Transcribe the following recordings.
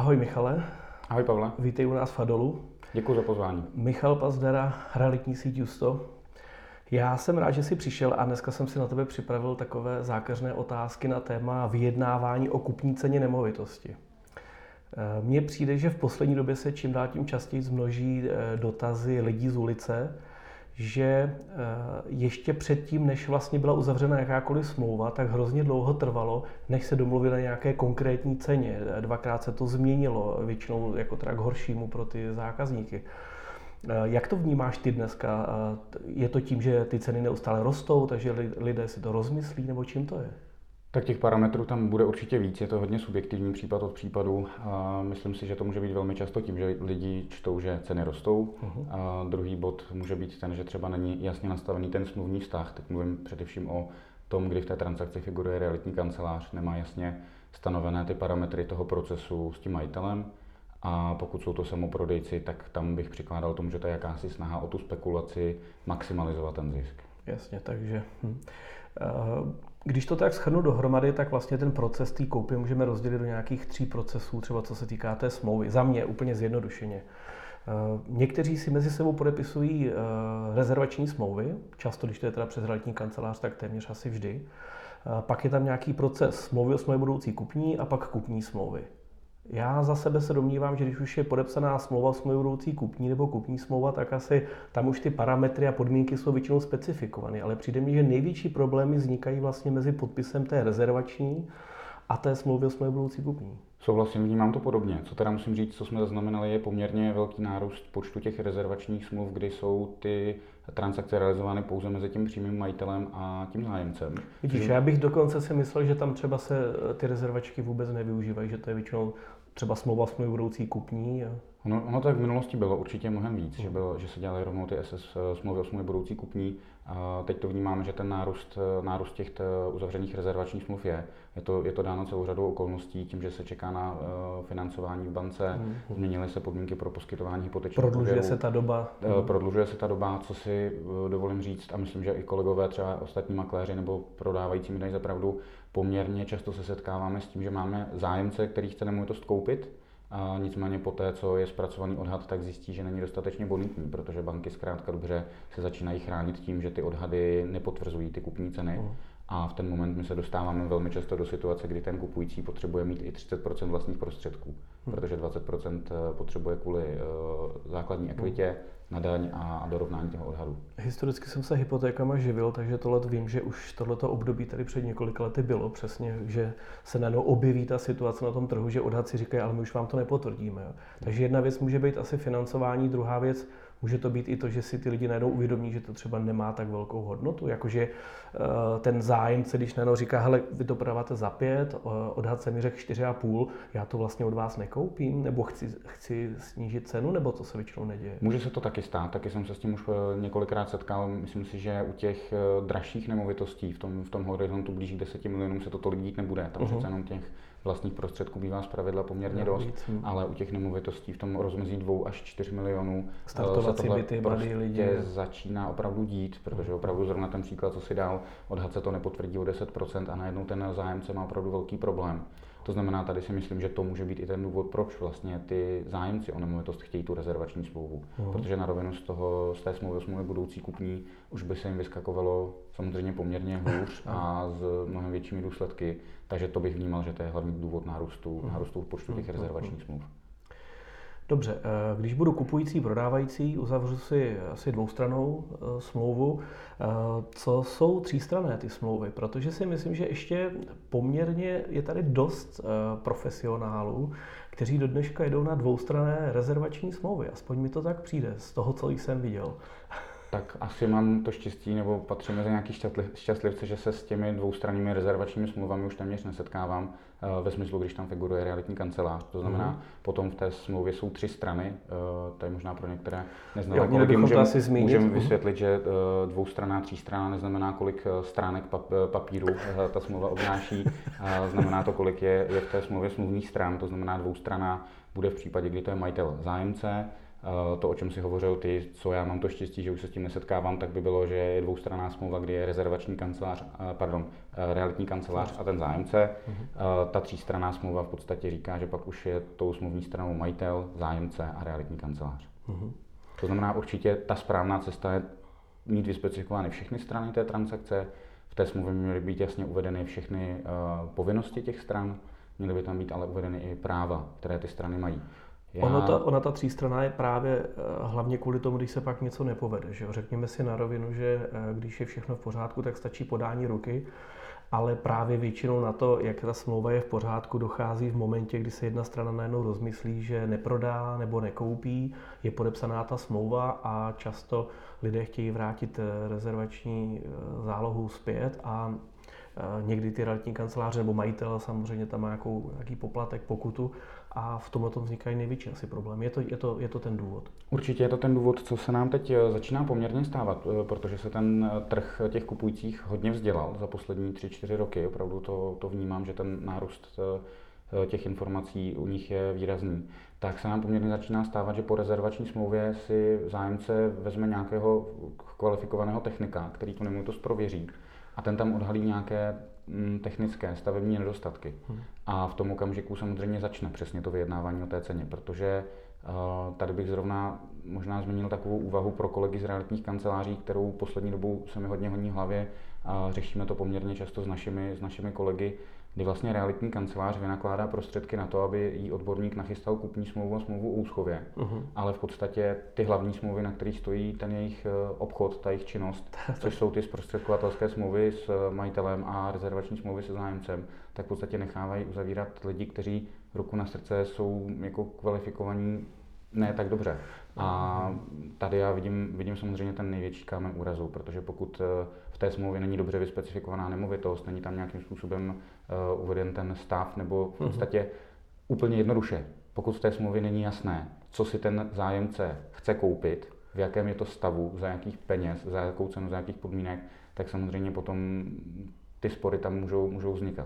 Ahoj Michale. Ahoj Pavle. Vítej u nás v Adolu. Děkuji za pozvání. Michal Pazdera, realitní síť Justo. Já jsem rád, že jsi přišel a dneska jsem si na tebe připravil takové zákeřné otázky na téma vyjednávání o kupní ceně nemovitosti. Mně přijde, že v poslední době se čím dál tím častěji zmnoží dotazy lidí z ulice, že ještě předtím, než vlastně byla uzavřena jakákoliv smlouva, tak hrozně dlouho trvalo, než se domluvili na nějaké konkrétní ceně. Dvakrát se to změnilo, většinou jako teda k horšímu pro ty zákazníky. Jak to vnímáš ty dneska? Je to tím, že ty ceny neustále rostou, takže lidé si to rozmyslí, nebo čím to je? Tak těch parametrů tam bude určitě víc, je to hodně subjektivní případ od případu. Myslím si, že to může být velmi často tím, že lidi čtou, že ceny rostou. A druhý bod může být ten, že třeba není jasně nastavený ten smluvní vztah. Teď mluvím především o tom, kdy v té transakci figuruje realitní kancelář, nemá jasně stanovené ty parametry toho procesu s tím majitelem. A pokud jsou to samoprodejci, tak tam bych přikládal tomu, že to je jakási snaha o tu spekulaci maximalizovat ten zisk. Jasně, takže... Když to tak shrnu dohromady, tak vlastně ten proces té koupě můžeme rozdělit do nějakých 3 procesů, třeba co se týká té smlouvy. Za mě úplně zjednodušeně. Někteří si mezi sebou podepisují rezervační smlouvy, často, když to je teda přes realitní kancelář, tak téměř asi vždy. Pak je tam nějaký proces smlouvy o smlouvě budoucí kupní a pak kupní smlouvy. Já za sebe se domnívám, že když už je podepsaná smlouva o smlouvě budoucí kupní nebo kupní smlouva, tak asi tam už ty parametry a podmínky jsou většinou specifikované. Ale přijde mi, že největší problémy vznikají vlastně mezi podpisem té rezervační a té smlouvy o smlouvě budoucí kupní. Souhlasím, vnímám to podobně. Co teda musím říct, co jsme zaznamenali, je poměrně velký nárůst počtu těch rezervačních smluv, kdy jsou ty transakce realizovány pouze mezi tím přímým majitelem a tím zájemcem. Vidíš, já bych dokonce si myslel, že tam třeba se ty rezervačky vůbec nevyužívají, že to je většinou třeba smlouva o smlouvě budoucí kupní. Ono tak v minulosti bylo určitě mnohem víc, že se dělaly rovnou ty smlouvy o smlouvě budoucí kupní. A teď to vnímáme, že ten nárůst těch uzavřených rezervačních smluv je. Je to dáno celou řadou okolností, tím, že se čeká na financování v bance, změnily se podmínky pro poskytování hypotečních úvěrů. Prodlužuje se ta doba. Prodlužuje se ta doba, co si dovolím říct, a myslím, že i kolegové, třeba ostatní makléři nebo prodávající mi dají za pravdu, poměrně často se setkáváme s tím, že máme zájemce, který chce nemovitost koupit, a nicméně po té, co je zpracovaný odhad, tak zjistí, že není dostatečně bonitní, protože banky zkrátka dobře se začínají chránit tím, že ty odhady nepotvrzují ty kupní ceny. A v ten moment my se dostáváme velmi často do situace, kdy ten kupující potřebuje mít i 30% vlastních prostředků, protože 20% potřebuje kvůli základní ekvitě na daň a dorovnání toho odhadu. Historicky jsem se hypotékama živil, takže tohle vím, že už tohleto období tady před několika lety bylo přesně, že se najednou objeví ta situace na tom trhu, že odhadci říkají, ale my už vám to nepotvrdíme. Jo. Takže jedna věc může být asi financování, druhá věc může to být i to, že si ty lidi najednou uvědomí, že to třeba nemá tak velkou hodnotu, jakože ten zájemce, když najednou říká, hele, vy to prodáváte za 5, odhad se mi řekl 4,5, já to vlastně od vás nekoupím, nebo chci snížit cenu, nebo to se většinou neděje? Může se to taky stát, taky jsem se s tím už několikrát setkal. Myslím si, že u těch dražších nemovitostí v tom horizontu blíž k 10 milionům se to tolik dít nebude. Tam přece jenom těch vlastních prostředků bývá zpravidla poměrně dost, ale u těch nemovitostí v tom rozmezí 2 až 4 milionů startovací byty, mladí lidi začíná opravdu dít, protože opravdu zrovna ten příklad, co si dal, odhad se to nepotvrdí o 10% a najednou ten zájemce má opravdu velký problém. To znamená, tady si myslím, že to může být i ten důvod, proč vlastně ty zájemci o nemovitost chtějí tu rezervační smlouvu. Protože na rovinu z té smlouvy budoucí kupní už by se jim vyskakovalo samozřejmě poměrně hůř a s mnohem většími důsledky. Takže to bych vnímal, že to je hlavní důvod nárůstu počtu těch rezervačních smluv. Dobře, když budu kupující, prodávající, uzavřu si asi dvoustrannou smlouvu. Co jsou třístranné ty smlouvy? Protože si myslím, že ještě poměrně je tady dost profesionálů, kteří do dneška jedou na dvoustranné rezervační smlouvy. Aspoň mi to tak přijde z toho, co jsem viděl. Tak asi mám to štěstí, nebo patřím mezi nějaký šťastlivce, že se s těmi dvoustrannými rezervačními smlouvami už téměř nesetkávám, ve smyslu, když tam figuruje realitní kancelář. To znamená, potom v té smlouvě jsou 3 strany, to je možná pro některé neznalé kolegy. Můžeme vysvětlit, že dvoustranná, třístranná neznamená, kolik stránek papíru ta smlouva obnáší, znamená to, kolik je v té smlouvě smluvních stran, to znamená dvoustranná bude v případě, kdy to je majitel zájemce, To, o čem si hovořil ty, co já mám to štěstí, že už se s tím nesetkávám, tak by bylo, že je dvoustranná smlouva, kdy je rezervační kancelář, realitní kancelář a ten zájemce. Ta třístranná smlouva v podstatě říká, že pak už je tou smluvní stranou majitel, zájemce a realitní kancelář. To znamená, určitě ta správná cesta je mít vyspecifikovány všechny strany té transakce. V té smlouvě měly být jasně uvedeny všechny povinnosti těch stran, měly by tam být ale uvedeny i práva, které ty strany mají. Ona ta třístrana je právě hlavně kvůli tomu, když se pak něco nepovede. Že? Řekněme si na rovinu, že když je všechno v pořádku, tak stačí podání ruky, ale právě většinou na to, jak ta smlouva je v pořádku, dochází v momentě, kdy se jedna strana najednou rozmyslí, že neprodá nebo nekoupí, je podepsaná ta smlouva a často lidé chtějí vrátit rezervační zálohu zpět a někdy ty realitní kanceláře nebo majitel samozřejmě tam má nějaký poplatek, pokutu a v tomhle tom vznikají největší asi problém. Je to ten důvod? Určitě je to ten důvod, co se nám teď začíná poměrně stávat, protože se ten trh těch kupujících hodně vzdělal za poslední 3-4 roky. Opravdu to vnímám, že ten nárůst těch informací u nich je výrazný. Tak se nám poměrně začíná stávat, že po rezervační smlouvě si zájemce vezme nějakého kvalifikovaného technika, který tu nemovitost prověří a ten tam odhalí nějaké technické, stavební nedostatky. A v tom okamžiku samozřejmě začne přesně to vyjednávání o té ceně, protože tady bych zrovna možná zmínil takovou úvahu pro kolegy z realitních kanceláří, kterou poslední dobou se mi hodně honí v hlavě a řešíme to poměrně často s našimi kolegy, kdy vlastně realitní kancelář vynakládá prostředky na to, aby jí odborník nachystal kupní smlouvu a smlouvu o úschově. Ale v podstatě ty hlavní smlouvy, na kterých stojí ten jejich obchod, ta jejich činnost, což jsou ty zprostředkovatelské smlouvy s majitelem a rezervační smlouvy se zájemcem, tak v podstatě nechávají uzavírat lidi, kteří ruku na srdce jsou jako kvalifikovaní ne tak dobře. A tady já vidím samozřejmě ten největší kámen úrazu, protože pokud v té smlouvě není dobře vyspecifikovaná nemovitost, není tam nějakým způsobem uveden ten stav, nebo v podstatě úplně jednoduše, pokud v té smlouvě není jasné, co si ten zájemce chce koupit, v jakém je to stavu, za jakých peněz, za jakou cenu, za jakých podmínek, tak samozřejmě potom ty spory tam můžou vznikat.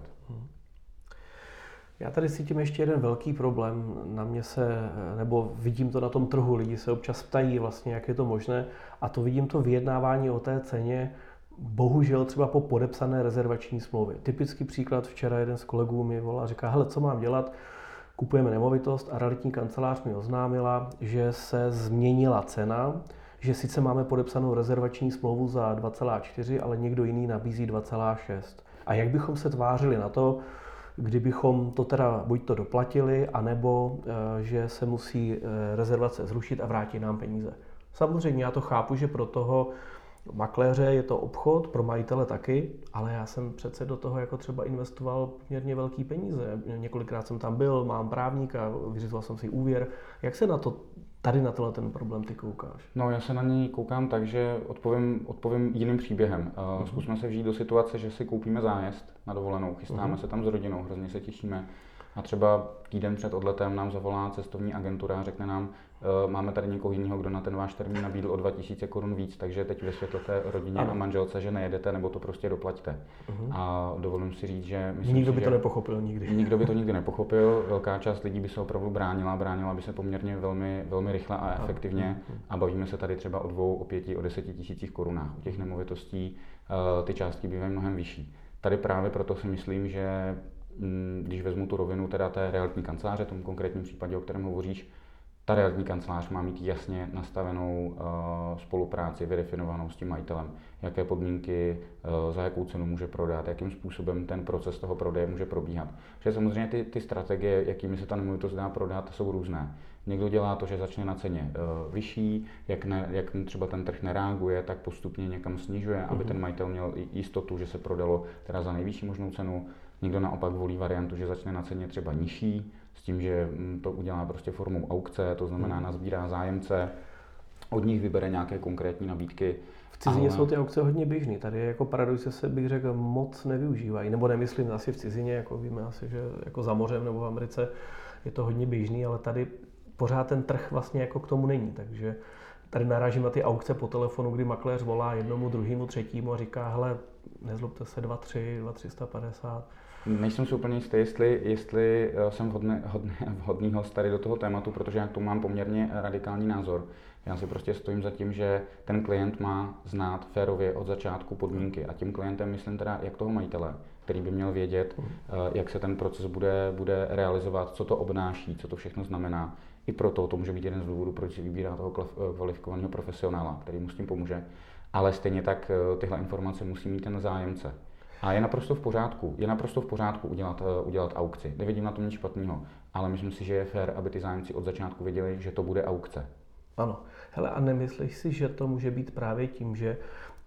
Já tady cítím ještě jeden velký problém. Na mě nebo vidím to na tom trhu, lidi se občas ptají vlastně, jak je to možné, a to vidím to vyjednávání o té ceně, bohužel třeba po podepsané rezervační smlouvě. Typický příklad, včera jeden z kolegů mi volal a říká, hele, co mám dělat, kupujeme nemovitost a realitní kancelář mi oznámila, že se změnila cena, že sice máme podepsanou rezervační smlouvu za 2,4, ale někdo jiný nabízí 2,6. A jak bychom se tvářili na to, kdybychom to teda buď to doplatili, anebo že se musí rezervace zrušit a vrátit nám peníze. Samozřejmě já to chápu, že pro toho makléře je to obchod, pro majitele taky, ale já jsem přece do toho jako třeba investoval poměrně velký peníze. Několikrát jsem tam byl, mám právníka, vyřizoval jsem si úvěr. Jak se na to tady na ten problém ty koukáš? No, já se na něj koukám tak, že odpovím jiným příběhem. Zkusme se vžít do situace, že si koupíme zájezd na dovolenou, chystáme se tam s rodinou, hrozně se těšíme. A třeba týden před odletem nám zavolá cestovní agentura a řekne nám, máme tady někoho jiného, kdo na ten váš termín nabídl o 2000 korun víc, takže teď vysvětlete rodině a manželce, že nejedete, nebo to prostě doplaťte. A dovolím si říct, že nikdo by to nepochopil nikdy. Nikdo by to nikdy nepochopil, velká část lidí by se opravdu bránila by se poměrně velmi rychle a efektivně a bavíme se tady třeba o 2, o 5, o 10 tisících korunách. U těch nemovitostí ty částky bývají mnohem vyšší. Tady právě proto si myslím, že když vezmu tu rovinu teda té realitní kanceláře, v tom konkrétním případě, o kterém hovoříš, ta realitní kancelář má mít jasně nastavenou spolupráci, vydefinovanou s tím majitelem, jaké podmínky, za jakou cenu může prodat, jakým způsobem ten proces toho prodeje může probíhat. Protože samozřejmě ty strategie, jakými se ta nemovitost dá prodat, jsou různé. Někdo dělá to, že začne na ceně vyšší, jak třeba ten trh nereaguje, tak postupně někam snižuje, aby ten majitel měl jistotu, že se prodalo teda za nejvyšší možnou cenu. Někdo naopak volí variantu, že začne na ceně třeba nižší, s tím, že to udělá prostě formou aukce, to znamená nazbírá zájemce, od nich vybere nějaké konkrétní nabídky. V cizině jsou ty aukce hodně běžný, tady jako paradoxně se bych řekl moc nevyužívají, nebo nemyslím asi v cizině, jako víme asi, že jako za mořem nebo v Americe je to hodně běžný, ale tady pořád ten trh vlastně jako k tomu není, takže tady narážím na ty aukce po telefonu, kdy makléř volá jednomu, druhému, třetímu a říká, hele, nezlobte se, 2,3, 2,350. Nejsem si úplně jistý, jestli jsem vhodný host tady do toho tématu, protože já k tomu mám poměrně radikální názor. Já si prostě stojím za tím, že ten klient má znát férově od začátku podmínky a tím klientem myslím teda jak toho majitele, který by měl vědět, jak se ten proces bude realizovat, co to obnáší, co to všechno znamená. I proto to může být jeden z důvodů, proč si vybírá toho kvalifikovaného profesionála, který mu s tím pomůže. Ale stejně tak tyhle informace musí mít ten zájemce. A je naprosto v pořádku udělat aukci. Nevidím na tom nic špatného, ale myslím si, že je fér, aby ty zájemci od začátku věděli, že to bude aukce. Ano. Hele, a nemyslíš si, že to může být právě tím, že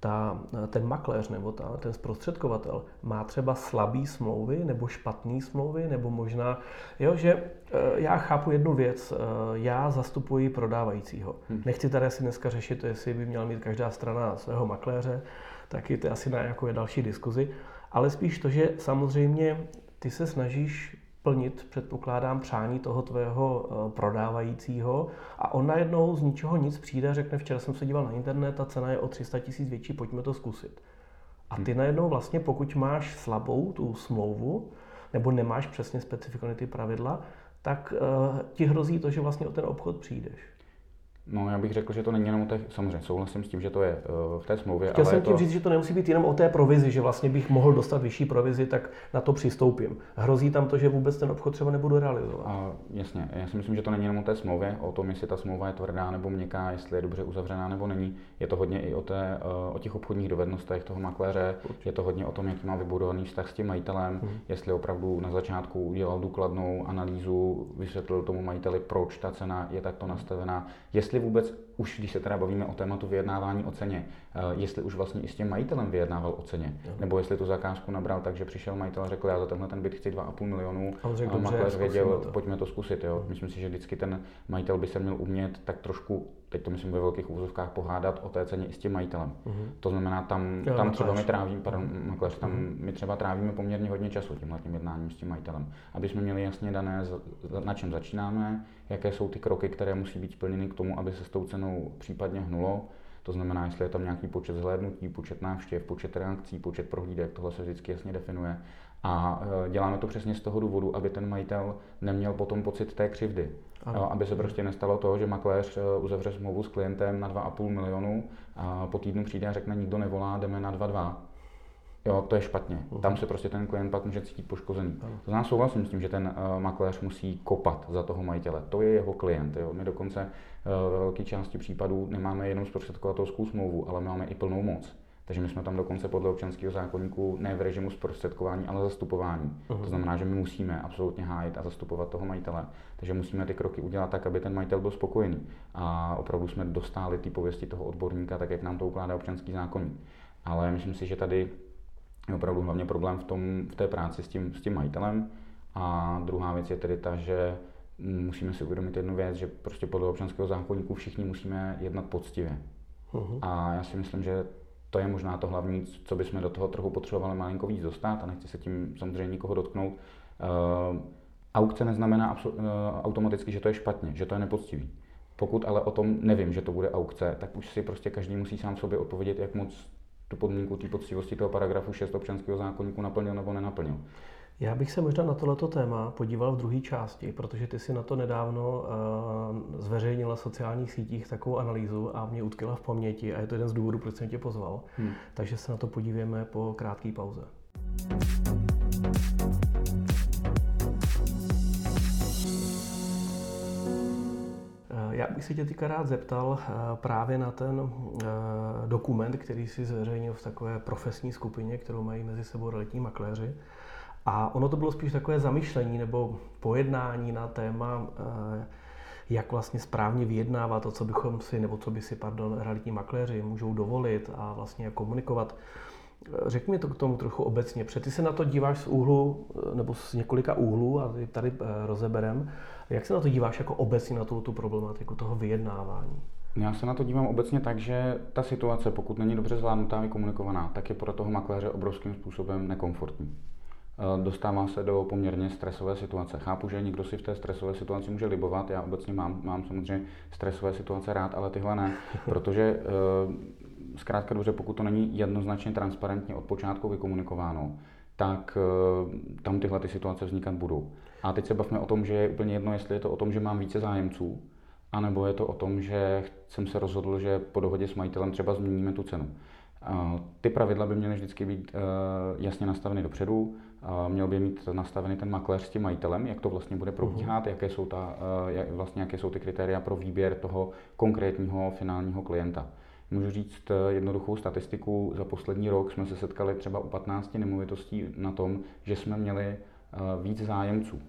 ten makléř nebo ten zprostředkovatel má třeba slabý smlouvy nebo špatný smlouvy, nebo možná, že já chápu jednu věc, já zastupuji prodávajícího. Nechci tady asi dneska řešit, jestli by měla mít každá strana svého makléře, taky to je asi na nějakou další diskuzi, ale spíš to, že samozřejmě ty se snažíš plnit, předpokládám, přání toho tvého prodávajícího a on najednou z ničeho nic přijde a řekne, včera jsem se díval na internet, ta cena je o 300 000 větší, pojďme to zkusit. A ty najednou vlastně, pokud máš slabou tu smlouvu, nebo nemáš přesně specifikované ty pravidla, tak ti hrozí to, že vlastně o ten obchod přijdeš. No, já bych řekl, že to není jenom o té, samozřejmě souhlasím s tím, že to je v té smlouvě. Chtěl jsem tím říct, že to nemusí být jenom o té provizi, že vlastně bych mohl dostat vyšší provizi, tak na to přistoupím. Hrozí tam to, že vůbec ten obchod třeba nebudu realizovat. Jasně, já si myslím, že to není jenom o té smlouvě, o tom, jestli ta smlouva je tvrdá nebo měkká, jestli je dobře uzavřená nebo není. Je to hodně i o těch obchodních dovednostech toho makléře, je to hodně o tom, jaký má vybudovaný vztah s tím majitelem, jestli opravdu na začátku udělal důkladnou analýzu, vysvětlil tomu majiteli, proč ta cena je takto nastavená, jestli vůbec, už když se teda bavíme o tématu vyjednávání o ceně, jestli už vlastně i s tím majitelem vyjednával o ceně, nebo jestli tu zakázku nabral tak, že přišel majitel a řekl, já za tenhle ten byt chci 2,5 milionu a makléř věděl, pojďme to zkusit. Jo. Myslím si, že vždycky ten majitel by se měl umět tak trošku, teď to myslím ve velkých uvozovkách, pohádat o té ceně i s tím majitelem. To znamená, tam třeba my třeba trávíme poměrně hodně času tímhletím jednáním s tím majitelem, aby jsme měli jasně dané, na čem začínáme, jaké jsou ty kroky, které musí být splněny k tomu, aby se s tou cenou případně hnulo. To znamená, jestli je tam nějaký počet zhlédnutí, počet návštěv, počet reakcí, počet prohlídek, tohle se vždycky jasně definuje. A děláme to přesně z toho důvodu, aby ten majitel neměl potom pocit té křivdy. Aby se prostě nestalo to, že makléř uzavře smlouvu s klientem na 2,5 milionu a po týdnu přijde a řekne, nikdo nevolá, jdeme na 2,2. Jo, to je špatně. Tam se prostě ten klient pak může cítit poškozený. To znamená, souhlasím s tím, že ten makléř musí kopat za toho majitele. To je jeho klient. Jo. My dokonce ve velké části případů nemáme jenom zprostředkovatelskou smlouvu, ale máme i plnou moc. Takže my jsme tam dokonce podle občanského zákoníku ne v režimu zprostředkování, ale zastupování. To znamená, že my musíme absolutně hájit a zastupovat toho majitele. Takže musíme ty kroky udělat tak, aby ten majitel byl spokojený. A opravdu jsme dostáli té pověsti toho odborníka, tak jak nám to ukládá občanský zákoník. Ale myslím si, že tady je opravdu hlavně problém v té práci s tím majitelem. A druhá věc je tedy ta, že musíme si uvědomit jednu věc, že prostě podle občanského zákoníku všichni musíme jednat poctivě. A já si myslím, že to je možná to hlavní, co bychom do toho trochu potřebovali malinko víc dostat a nechci se tím samozřejmě nikoho dotknout. Aukce neznamená automaticky, že to je špatně, že to je nepoctivý. Pokud ale o tom nevím, že to bude aukce, tak už si prostě každý musí sám sobě odpovědět, jak moc tu podmínku té poctivosti toho paragrafu 6 občanského zákoníku naplnil nebo nenaplnil. Já bych se možná na tohleto téma podíval v druhé části, protože ty si na to nedávno zveřejnila v sociálních sítích takovou analýzu a mě utkvěla v paměti a je to jeden z důvodů, proč jsem tě pozval. Takže se na to podívejme po krátké pauze. Já bych se tě teďka rád zeptal právě na ten dokument, který si zveřejnil v takové profesní skupině, kterou mají mezi sebou realitní makléři. A ono to bylo spíš takové zamyšlení nebo pojednání na téma, jak vlastně správně vyjednávat to, co bychom si, nebo co by si, realitní makléři můžou dovolit a vlastně jak komunikovat. Řekni mi to k tomu trochu obecně, protože ty se na to díváš z úhlu, nebo z několika úhlů a tady rozeberem. Jak se na to díváš jako obecně na tu problematiku toho vyjednávání? Já se na to dívám obecně tak, že ta situace, pokud není dobře zvládnutá a vykomunikovaná, tak je pro toho makléře obrovským způsobem nekomfortní. Dostává se do poměrně stresové situace. Chápu, že někdo si v té stresové situaci může libovat, já obecně mám samozřejmě stresové situace rád, ale tyhle ne, protože zkrátka dobře, pokud to není jednoznačně transparentně od počátku vykomunikováno, tak tam tyhle ty situace vznikat budou. A teď se bavíme o tom, že je úplně jedno, jestli je to o tom, že mám více zájemců, anebo je to o tom, že jsem se rozhodl, že po dohodě s majitelem třeba změníme tu cenu. Ty pravidla by měly vždycky být jasně nastaveny dopředu, měl by mít nastavený ten makléř s tím majitelem, jak to vlastně bude probíhat, jaké jsou ty kritéria pro výběr toho konkrétního finálního klienta. Můžu říct jednoduchou statistiku, za poslední rok jsme se setkali třeba u 15 nemovitostí na tom, že jsme měli víc zájemců.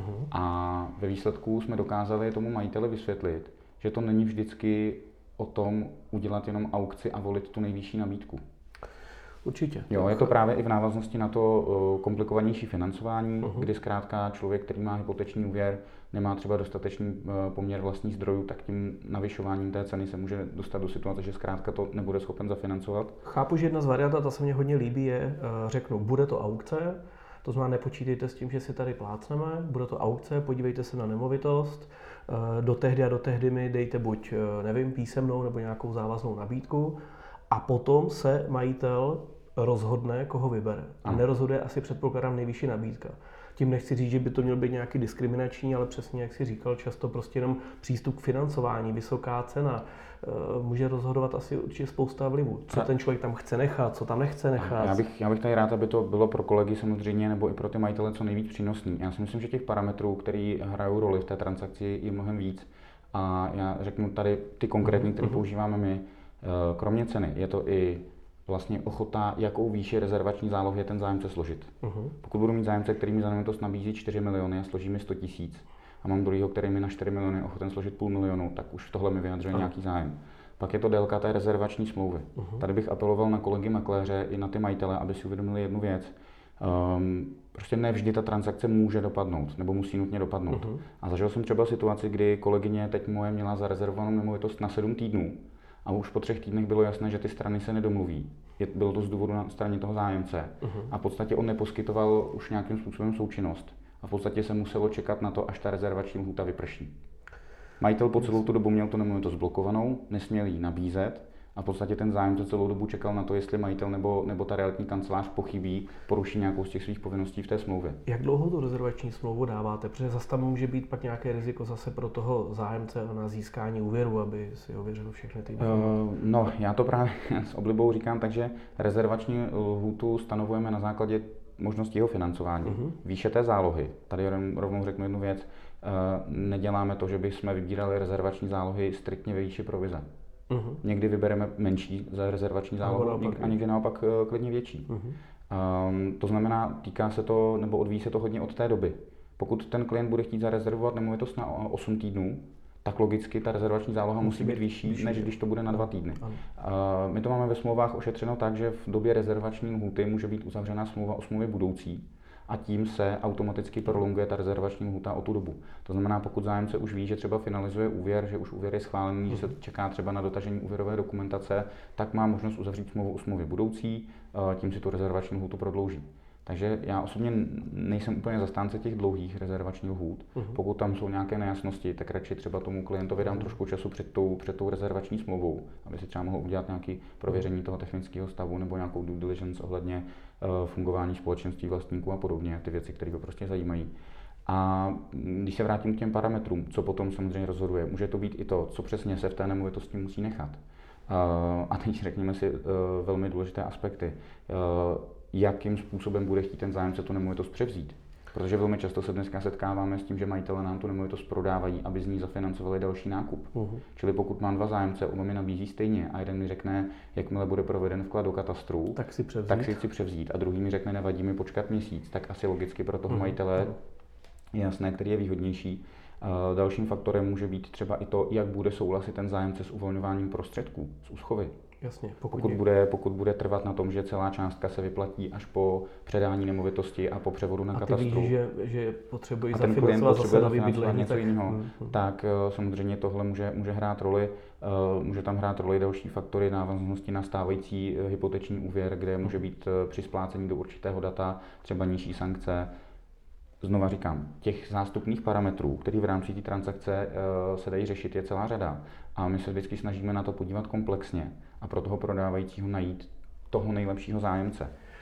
A ve výsledku jsme dokázali tomu majiteli vysvětlit, že to není vždycky o tom udělat jenom aukci a volit tu nejvyšší nabídku. Určitě. Jo, je to právě i v návaznosti na to komplikovanější financování, kdy zkrátka člověk, který má hypoteční úvěr, nemá třeba dostatečný poměr vlastních zdrojů, tak tím navyšováním té ceny se může dostat do situace, že zkrátka to nebude schopen zafinancovat. Chápu, že jedna z variant, a ta se mně hodně líbí, je, řeknu, bude to aukce, to znamená, nepočítejte s tím, že si tady plácneme, bude to aukce, podívejte se na nemovitost, do tehdy a do tehdy mi dejte buď, nevím, písemnou nebo nějakou závaznou nabídku a potom se majitel rozhodne, koho vybere. A nerozhoduje asi, předpokládám, nejvyšší nabídka. Tím nechci říct, že by to mělo být nějaký diskriminační, ale přesně, jak jsi říkal, často prostě jenom přístup k financování, vysoká cena, může rozhodovat asi určitě spousta vlivů. Co ten člověk tam chce nechat, co tam nechce nechat. Já bych tady rád, aby to bylo pro kolegy samozřejmě, nebo i pro ty majitele co nejvíc přínosný. Já si myslím, že těch parametrů, které hrajou roli v té transakci, je mnohem víc. A já řeknu tady ty konkrétní, které používáme my. Kromě ceny je to i vlastně ochota, jakou výši rezervační zálohy je ten zájemce složit. Pokud budu mít zájemce, který mi za nemovitost nabízí 4 miliony a složí mi 100 000 a mám druhýho, který mi na 4 miliony ochoten složit 500 000, tak už tohle mi vyjadřuje nějaký zájem. Pak je to délka té rezervační smlouvy. Tady bych apeloval na kolegy makléře i na ty majitele, aby si uvědomili jednu věc. Prostě ne vždy ta transakce může dopadnout, nebo musí nutně dopadnout. A zažil jsem třeba situaci, kdy kolegyně teď moje měla zarezervovanou nemovitost na 7 týdnů. A už po 3 týdnech bylo jasné, že ty strany se nedomluví. Bylo to z důvodu na straně toho zájemce. A v podstatě on neposkytoval už nějakým způsobem součinnost. A v podstatě se muselo čekat na to, až ta rezervační lhůta vyprší. Majitel po celou tu dobu měl tu nemovitost blokovanou, nesměl ji nabízet a v podstatě ten zájemce celou dobu čekal na to, jestli majitel nebo ta realitní kancelář pochybí, poruší nějakou z těch svých povinností v té smlouvě. Jak dlouho tu rezervační smlouvu dáváte? Protože zase tam může být pak nějaké riziko zase pro toho zájemce na získání úvěru, aby si ověřil všechny ty informace. No, já to právě s oblibou říkám, takže rezervační lhůtu stanovujeme na základě možnosti jeho financování. Výše té zálohy. Tady rovnou řeknu jednu věc. Neděláme to, že bychom vybírali rezervační zálohy striktně ve výši provize. Někdy vybereme menší za rezervační zálohu a někdy naopak klidně větší. To znamená, týká se to, nebo odvíjí se to hodně od té doby. Pokud ten klient bude chtít zarezervovat nemovitost na 8 týdnů, tak logicky ta rezervační záloha musí být vyšší, než když to bude na 2 týdny. My to máme ve smlouvách ošetřeno tak, že v době rezervační lhůty může být uzavřena smlouva o smlouvě budoucí a tím se automaticky prolonguje ta rezervační lhůta o tu dobu. To znamená, pokud zájemce už ví, že třeba finalizuje úvěr, že už úvěr je schválený, že se čeká třeba na dotažení úvěrové dokumentace, tak má možnost uzavřít smlouvu o smlouvě budoucí, tím si tu rezervační lhůtu prodlouží. Takže já osobně nejsem úplně zastánce těch dlouhých rezervačních lhůt. Pokud tam jsou nějaké nejasnosti, tak radši třeba tomu klientovi dám trošku času před tou rezervační smlouvou, aby si třeba mohl udělat nějaké prověření toho technického stavu nebo nějakou due diligence ohledně fungování společenství vlastníků a podobně, ty věci, které ho prostě zajímají. A když se vrátím k těm parametrům, co potom samozřejmě rozhoduje, může to být i to, co přesně se v té nemovitosti musí nechat. A teď řekněme si velmi důležité aspekty. Jakým způsobem bude chtít ten zájemce tu nemovitost převzít. Protože velmi často se dneska setkáváme s tím, že majitelé nám tu nemovitost prodávají, aby z ní zafinancovali další nákup. Čili pokud mám 2 zájemce, oba mi nabízí stejně a jeden mi řekne, jakmile bude proveden vklad do katastru, tak si chci převzít a druhý mi řekne, nevadí mi počkat měsíc, tak asi logicky pro toho majitele je jasné, který je výhodnější. Dalším faktorem může být třeba i to, jak bude souhlasit ten zájemce s uvolňováním prostředků, z úschovy. Jasně, pokud bude trvat na tom, že celá částka se vyplatí až po předání nemovitosti a po převodu na katastru. Víš, že potřebují zafinancovat zase nový bydlení, něco jiného, tak samozřejmě tohle může hrát roli. Může tam hrát roli další faktory návaznosti na stávající hypoteční úvěr, kde může být při splácení do určitého data třeba nižší sankce. Znova říkám, těch zástupných parametrů, které v rámci té transakce se dají řešit, je celá řada. A my se vždycky snažíme na to podívat komplexně a pro toho prodávajícího najít toho nejlepšího zájemce.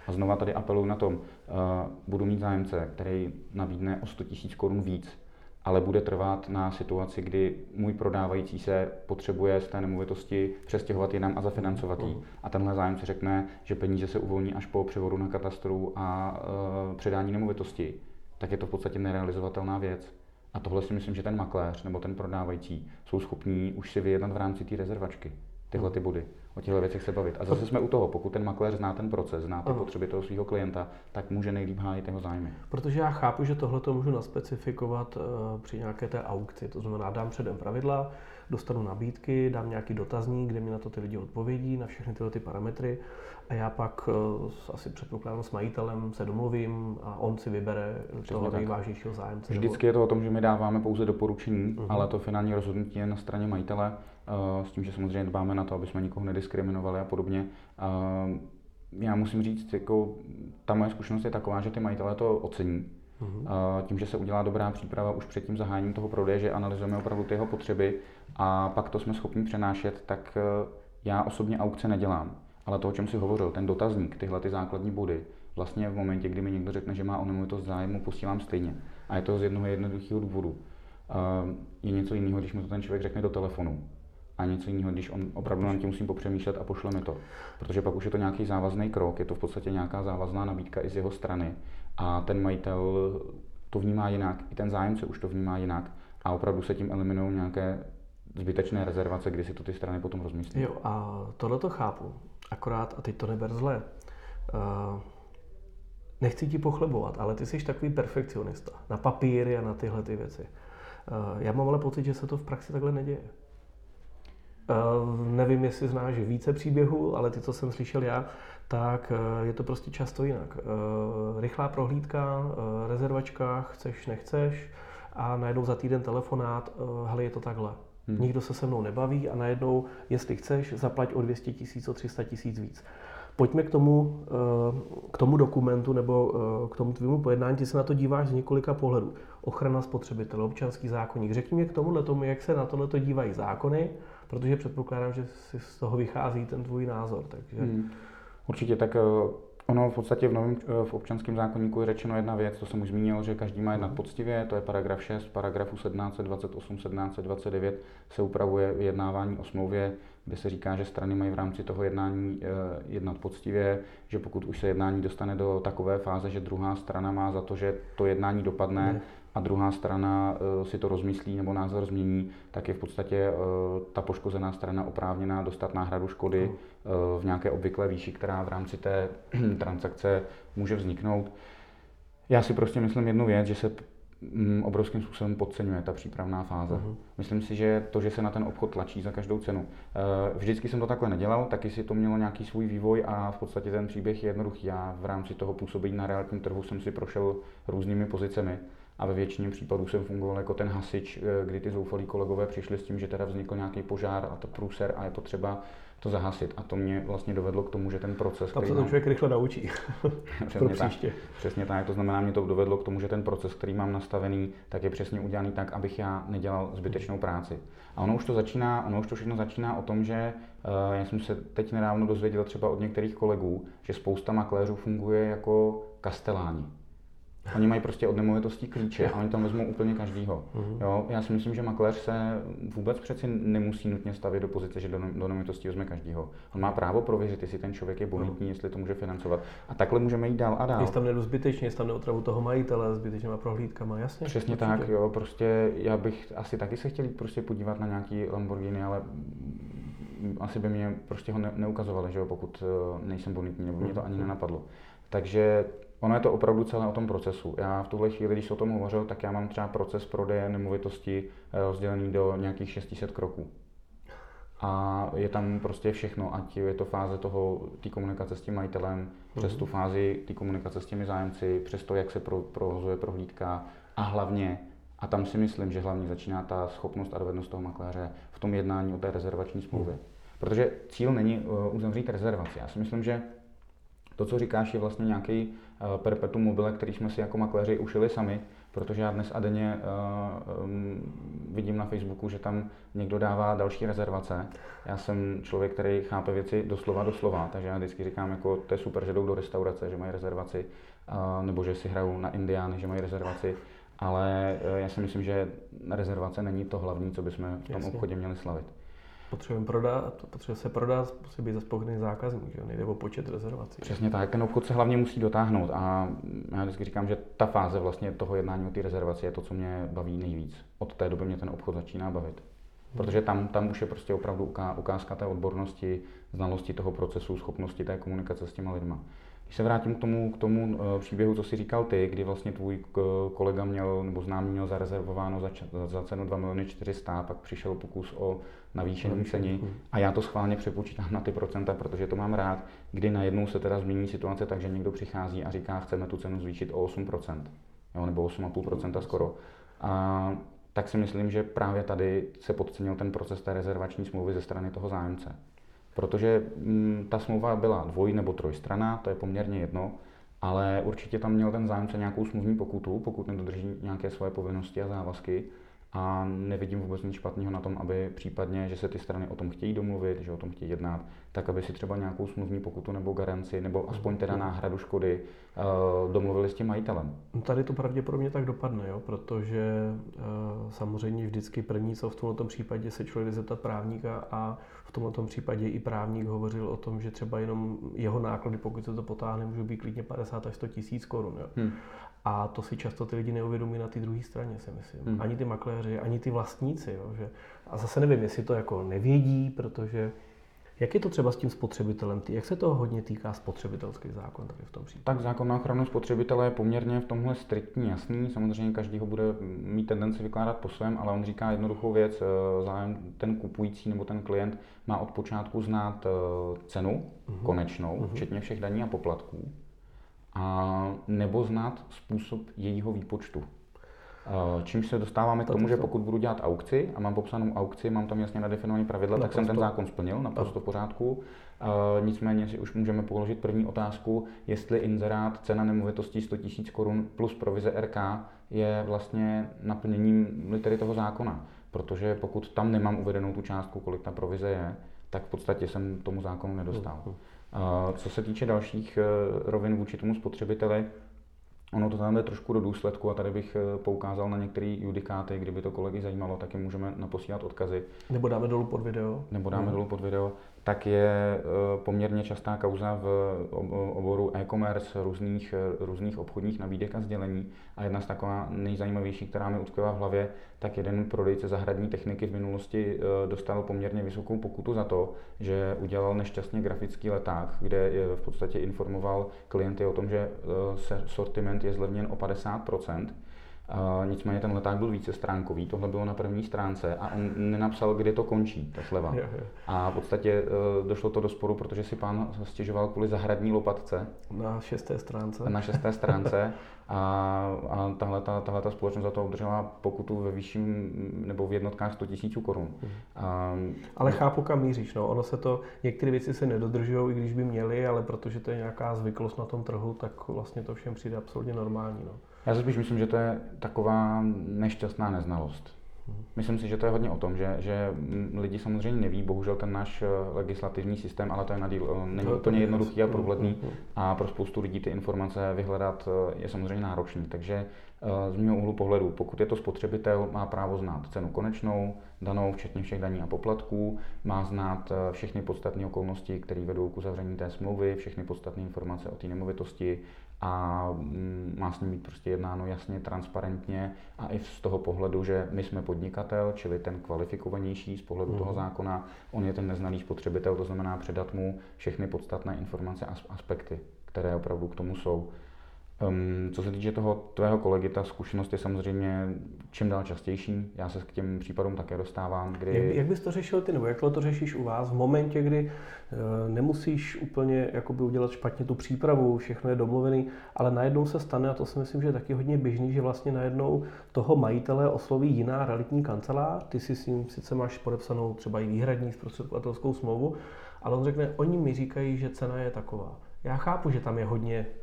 A znova tady apeluji na tom, budu mít zájemce, který nabídne o 100 000 korun víc, ale bude trvat na situaci, kdy můj prodávající se potřebuje z té nemovitosti přestěhovat jinam a zafinancovat ji. A tenhle zájemce řekne, že peníze se uvolní až po převodu na katastru a předání nemovitosti, tak je to v podstatě nerealizovatelná věc. A tohle si myslím, že ten makléř nebo ten prodávající jsou schopní už si vyjednat v rámci té rezervačky tyhle ty body. O těchto věcech se bavit. A zase jsme u toho, pokud ten makléř zná ten proces, zná ty potřeby toho svého klienta, tak může nejlíp hájit jeho zájmy. Protože já chápu, že tohle to můžu naspecifikovat při nějaké té aukci. To znamená, dám předem pravidla, dostanu nabídky, dám nějaký dotazník, kde mi na to ty lidi odpovědí, na všechny tyhle ty parametry a já pak asi předpokládám s majitelem se domluvím a on si vybere toho nejvážnějšího zájemce. Vždycky je to o tom, že my dáváme pouze doporučení, ale to finální rozhodnutí je na straně majitele, s tím, že samozřejmě dbáme na to, aby jsme nikoho nediskriminovali a podobně. Já musím říct, jako ta moje zkušenost je taková, že ty majitelé to ocení. Tím, že se udělá dobrá příprava už před tím zahájením toho prodeje, že analyzujeme opravdu ty jeho potřeby a pak to jsme schopni přenášet, tak já osobně aukce nedělám. Ale to, o čem si hovořil, ten dotazník, tyhle ty základní body, vlastně v momentě, kdy mi někdo řekne, že má o nemovitost zájem, posílám stejně. A je to z jednoho jednoduchého důvodu. Je něco jiného, když mi to ten člověk řekne do telefonu. A něco jiného, když on opravdu nad tím musím popřemýšlet a pošle mi to. Protože pak už je to nějaký závazný krok, je to v podstatě nějaká závazná nabídka i z jeho strany. A ten majitel to vnímá jinak, i ten zájemce už to vnímá jinak. A opravdu se tím eliminují nějaké zbytečné rezervace, kdy si to ty strany potom rozmyslí. Jo, a tohle to chápu. Akorát, a teď to neber zle, nechci ti pochlebovat, ale ty jsi takový perfekcionista na papíry a na tyhle ty věci. Já mám ale pocit, že se to v praxi takhle neděje. Nevím, jestli znáš více příběhů, ale ty, co jsem slyšel já, tak je to prostě často jinak. Rychlá prohlídka, rezervačka, chceš, nechceš a najednou za týden telefonát, hele, je to takhle. Nikdo se se mnou nebaví a najednou, jestli chceš, zaplať o 200 000, o 300 000 víc. Pojďme k tomu dokumentu nebo k tomu tvému pojednání, ty se na to díváš z několika pohledů. Ochrana spotřebitele, občanský zákoník. Řekni mě k tomu, jak se na tohleto dívají zákony, protože předpokládám, že si z toho vychází ten tvůj názor. Takže... Určitě, tak ono v podstatě v občanském zákoníku je řečeno jedna věc, to jsem už zmínil, že každý má jednat poctivě, to je paragraf 6, paragrafu 1728, 1729 se upravuje vyjednávání o smlouvě, kde se říká, že strany mají v rámci toho jednání jednat poctivě, že pokud už se jednání dostane do takové fáze, že druhá strana má za to, že to jednání dopadne a druhá strana si to rozmyslí nebo názor změní, tak je v podstatě ta poškozená strana oprávněná dostat náhradu škody v nějaké obvyklé výši, která v rámci té transakce může vzniknout. Já si prostě myslím jednu věc, že se obrovským způsobem podceňuje ta přípravná fáze. Myslím si, že to, že se na ten obchod tlačí za každou cenu. Vždycky jsem to takhle nedělal, taky si to mělo nějaký svůj vývoj a v podstatě ten příběh je jednoduchý. Já v rámci toho působení na realitním trhu jsem si prošel různými pozicemi a ve většině případů jsem fungoval jako ten hasič, kdy ty zoufalí kolegové přišli s tím, že teda vznikl nějaký požár a to průser a je potřeba to zahasit. A to mě vlastně dovedlo k tomu, že ten proces, tam se to člověk rychle naučí. Pro příště. Přesně tak, to znamená, mě to dovedlo k tomu, že ten proces, který mám nastavený, tak je přesně udělaný tak, abych já nedělal zbytečnou práci. A ono už to všechno začíná o tom, že já jsem se teď nedávno dozvěděl třeba od některých kolegů, že spousta makléřů funguje jako kasteláni. Oni mají prostě od nemovitostí klíče a oni tam vezmou úplně každýho. Jo? Já si myslím, že makléř se vůbec přeci nemusí nutně stavět do pozice, že do nemovitostí vezme každýho. On má právo prověřit, jestli ten člověk je bonitní, jestli to může financovat. A takhle můžeme jít dál a dál. Jestli tam nejdu zbytečně, jestli tam neotravu toho majitele zbytečnýma prohlídkama, jasně. Přesně určitě. Tak, jo, prostě já bych asi taky se chtěl jít prostě podívat na nějaký Lamborghini, ale asi by mě prostě ho neukazovali, že jo, pokud nejsem bonitní, nebo mě to ani nenapadlo. Takže ono je to opravdu celé o tom procesu. Já v tuhle chvíli, když jsem o tom hovořil, tak já mám třeba proces prodeje nemovitosti rozdělený do nějakých 600 kroků. A je tam prostě všechno, ať je to fáze té komunikace s tím majitelem, přes tu fázi té komunikace s těmi zájemci, přes to, jak se provozuje prohlídka a hlavně, a tam si myslím, že hlavně začíná ta schopnost a dovednost toho makléře v tom jednání o té rezervační smlouvě. Protože cíl není uzavřít rezervaci. Já si myslím, že to, co říkáš, je vlastně nějaký perpetuum mobile, který jsme si jako makléři ušili sami, protože já dnes a denně vidím na Facebooku, že tam někdo dává další rezervace. Já jsem člověk, který chápe věci doslova, takže já vždycky říkám, jako to je super, že jdou do restaurace, že mají rezervaci, nebo že si hrajou na Indiány, že mají rezervaci, ale já si myslím, že rezervace není to hlavní, co bychom v tom obchodě měli slavit. Potřebuje se prodat, musí být zaspokojený zákazník, že? Nejde o počet rezervací. Přesně tak, ten obchod se hlavně musí dotáhnout a já vždycky říkám, že ta fáze vlastně toho jednání o té rezervaci je to, co mě baví nejvíc. Od té doby mě ten obchod začíná bavit. Protože tam už je prostě opravdu ukázka té odbornosti, znalosti toho procesu, schopnosti té komunikace s těma lidma. Když se vrátím k tomu příběhu, co jsi říkal ty, kdy vlastně tvůj kolega měl, nebo známý měl zarezervováno za cenu 2 400 000, pak přišel pokus o navýšení ceny a já to schválně přepočítám na ty procenta, protože to mám rád, kdy najednou se teda změní situace tak, že někdo přichází a říká, chceme tu cenu zvýšit o 8%, jo, nebo 8,5% skoro. A tak si myslím, že právě tady se podcenil ten proces té rezervační smlouvy ze strany toho zájemce. Protože ta smlouva byla nebo trojstranná, to je poměrně jedno, ale určitě tam měl ten zájemce nějakou smluvní pokutu, pokud nedodrží nějaké svoje povinnosti a závazky. A nevidím vůbec nic špatného na tom, aby případně, že se ty strany o tom chtějí domluvit, že o tom chtějí jednat, tak aby si třeba nějakou smluvní pokutu nebo garanci, nebo aspoň teda náhradu škody domluvili s tím majitelem. Tady to pravděpodobně tak dopadne, jo? Protože samozřejmě vždycky první, co v tomto případě se člověk zeptat právníka a v tomto případě i právník hovořil o tom, že třeba jenom jeho náklady, pokud se to potáhne, můžou být klidně 50 až 100 tisíc korun. A to si často ty lidi neuvědomí na té druhé straně, si myslím. Ani ty makléři, ani ty vlastníci. Jo, že... A zase nevím, jestli to jako nevědí, protože jak je to třeba s tím spotřebitelem? Jak se to hodně týká spotřebitelský zákon tady v tom případě? Tak zákon na ochranu spotřebitele je poměrně v tomhle striktní, jasný. Samozřejmě každý ho bude mít tendenci vykládat po svém, ale on říká jednoduchou věc. Ten kupující nebo ten klient má od počátku znát cenu konečnou, včetně všech daní a poplatků, a nebo znát způsob jejího výpočtu. Čímž se dostáváme k tomu, že pokud budu dělat aukci a mám popsanou aukci, mám tam jasně nadefinované pravidla, tak jsem ten zákon splnil, naprosto v pořádku. Nicméně si už můžeme položit první otázku, jestli inzerát cena nemovitostí 100 000 korun plus provize RK je vlastně naplněním litery toho zákona. Protože pokud tam nemám uvedenou tu částku, kolik ta provize je, tak v podstatě jsem tomu zákonu nedostal. Co se týče dalších rovin vůči tomu spotřebiteli, ono to tam jde trošku do důsledku a tady bych poukázal na některé judikáty, kdyby to kolegy zajímalo, tak jim můžeme naposílat odkazy. Nebo dáme dolů pod video. Tak je poměrně častá kauza v oboru e-commerce, různých obchodních nabídek a sdělení. A jedna z taková nejzajímavější, která mi utkvěla v hlavě, tak jeden prodejce zahradní techniky v minulosti dostal poměrně vysokou pokutu za to, že udělal nešťastně grafický leták, kde v podstatě informoval klienty o tom, že sortiment je zlevněn o 50%. Nicméně ten leták byl vícestránkový, tohle bylo na první stránce a on nenapsal, kde to končí, ta sleva. A v podstatě došlo to do sporu, protože si pán stěžoval kvůli zahradní lopatce. Na 6. stránce. A tahle společnost za to obdržela pokutu ve vyšším nebo v jednotkách 100 000 korun. Ale chápu, kam míříš. No. Ono se to, některé věci se nedodržují, i když by měly, ale protože to je nějaká zvyklost na tom trhu, tak vlastně to všem přijde absolutně normální. No. Já si spíš myslím, že to je taková nešťastná neznalost. Myslím si, že to je hodně o tom, že lidi samozřejmě neví, bohužel ten náš legislativní systém, ale to je není úplně jednoduchý a průhledný a pro spoustu lidí ty informace vyhledat je samozřejmě náročný. Takže z mého úhlu pohledu, pokud je to spotřebitel, má právo znát cenu konečnou, danou, včetně všech daní a poplatků, má znát všechny podstatné okolnosti, které vedou k uzavření té smlouvy, všechny podstatné informace o té nemovitosti a má s ním být prostě jednáno jasně, transparentně a i z toho pohledu, že my jsme podnikatel, čili ten kvalifikovanější z pohledu toho zákona, on je ten neznalý spotřebitel, to znamená předat mu všechny podstatné informace a aspekty, které opravdu k tomu jsou. Co se týče toho tvého kolegy, ta zkušenost je samozřejmě čím dál častější. Já se k těm případům také dostávám, kdy... Jak bys to řešil ty, nebo jak to řešíš u vás v momentě, kdy nemusíš úplně jakoby udělat špatně tu přípravu, všechno je domluvený, ale najednou se stane, a to si myslím, že je taky hodně běžný, že vlastně najednou toho majitele osloví jiná realitní kancelář, ty si s ním sice máš podepsanou třeba i výhradní zprostředkovatelskou smlouvu, ale on řekne, oni mi říkají, že cena je taková. Já chápu, že tam je hodně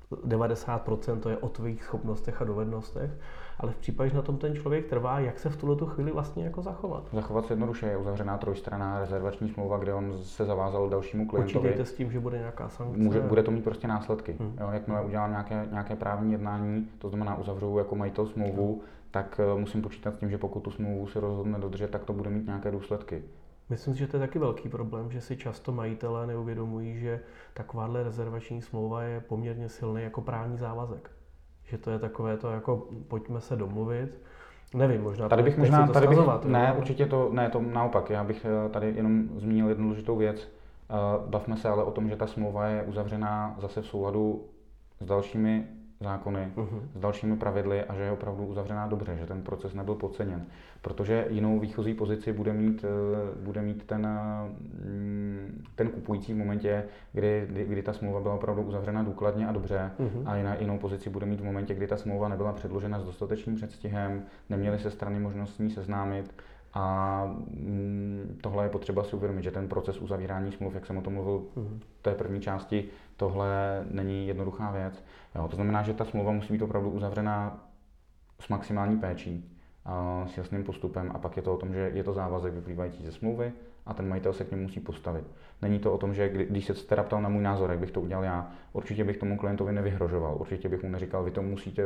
90% to je o tvých schopnostech a dovednostech, ale v případě, že na tom ten člověk trvá, jak se v tuhletu chvíli vlastně jako zachovat? Zachovat se jednoduše, je uzavřená trojstranná rezervační smlouva, kde on se zavázal dalšímu klientovi. Počítejte s tím, že bude nějaká sankce? Bude to mít prostě následky. Jo, jakmile udělám nějaké právní jednání, to znamená uzavřu jako majitel smlouvu, tak musím počítat s tím, že pokud tu smlouvu se rozhodne dodržet, tak to bude mít nějaké důsledky. Myslím si, že to je taky velký problém, že si často majitelé neuvědomují, že takováhle rezervační smlouva je poměrně silný jako právní závazek. Že to je takové to jako pojďme se domluvit. Nevím, možná tady bych ne, určitě to naopak. Já bych tady jenom zmínil jednu důležitou věc. Bavme se ale o tom, že ta smlouva je uzavřená zase v souladu s dalšími zákony, s dalšími pravidly a že je opravdu uzavřená dobře, že ten proces nebyl podceněn. Protože jinou výchozí pozici bude mít ten kupující v momentě, kdy ta smlouva byla opravdu uzavřena důkladně a dobře, a jinou pozici bude mít v momentě, kdy ta smlouva nebyla předložena s dostatečným předstihem, neměly se strany možnost s ní seznámit. A tohle je potřeba si uvědomit, že ten proces uzavírání smluv, jak jsem o tom mluvil v té první části, tohle není jednoduchá věc. Jo, to znamená, že ta smlouva musí být opravdu uzavřena s maximální péčí, s jasným postupem, a pak je to o tom, že je to závazek vyplývající ze smlouvy a ten majitel se k němu musí postavit. Není to o tom, že když se teda ptal na můj názor, jak bych to udělal já, určitě bych tomu klientovi nevyhrožoval, určitě bych mu neříkal, vy to musíte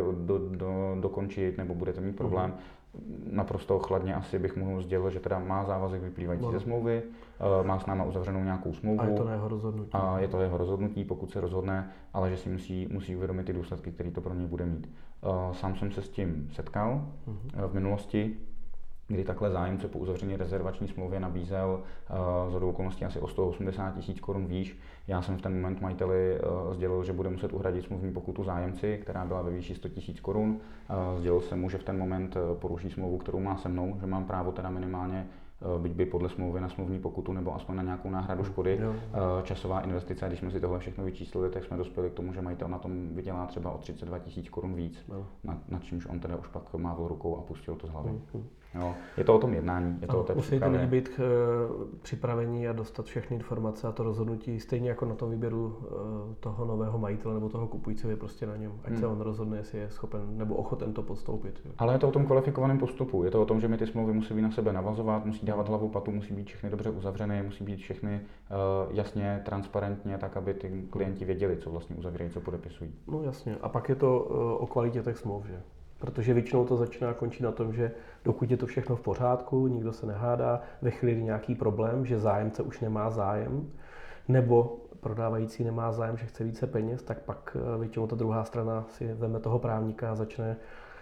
dokončit nebo budete mít problém. Naprosto chladně asi bych mu sdělil, že teda má závazek vyplývající ze smlouvy, má s náma uzavřenou nějakou smlouvu. A je to jeho rozhodnutí. A je to jeho rozhodnutí, pokud se rozhodne, ale že si musí uvědomit ty důsledky, které to pro něj bude mít. Sám jsem se s tím setkal v minulosti, kdy takhle zájemce po uzavření rezervační smlouvy nabízel shodou okolností asi o 180 000 korun výš. Já jsem v ten moment majiteli sdělil, že bude muset uhradit smluvní pokutu zájemci, která byla ve výši 100 000 korun. Sdělil jsem mu, že v ten moment poruší smlouvu, kterou má se mnou, že mám právo teda minimálně, byť by podle smlouvy, na smluvní pokutu nebo aspoň na nějakou náhradu škody. Časová investice, když jsme si tohle všechno vyčíslili, tak jsme dospěli k tomu, že majitel na tom vydělá třeba o 32 000 korun víc, nad čímž on teda už pak mávl rukou a pustil to z hlavy. Jo, je to o tom jednání, je to o té musíte lidi být připravení a dostat všechny informace a to rozhodnutí, stejně jako na tom výběru toho nového majitele nebo toho kupujícího, je prostě na něm. Ať se on rozhodne, jestli je schopen nebo ochoten to podstoupit. Jo. Ale je to o tom kvalifikovaném postupu, je to o tom, že my ty smlouvy musí být na sebe navazovat, musí dávat hlavu patu, musí být všechny dobře uzavřeny, musí být všechny jasně, transparentně, tak aby ty klienti věděli, co vlastně uzavírají, co podepisují. No jasně, a pak je to o kvalitě těch smluv, že? Protože většinou to začíná končit na tom, že dokud je to všechno v pořádku, nikdo se nehádá, ve chvíli nějaký problém, že zájemce už nemá zájem, nebo prodávající nemá zájem, že chce více peněz, tak pak většinou ta druhá strana si vezme toho právníka a začne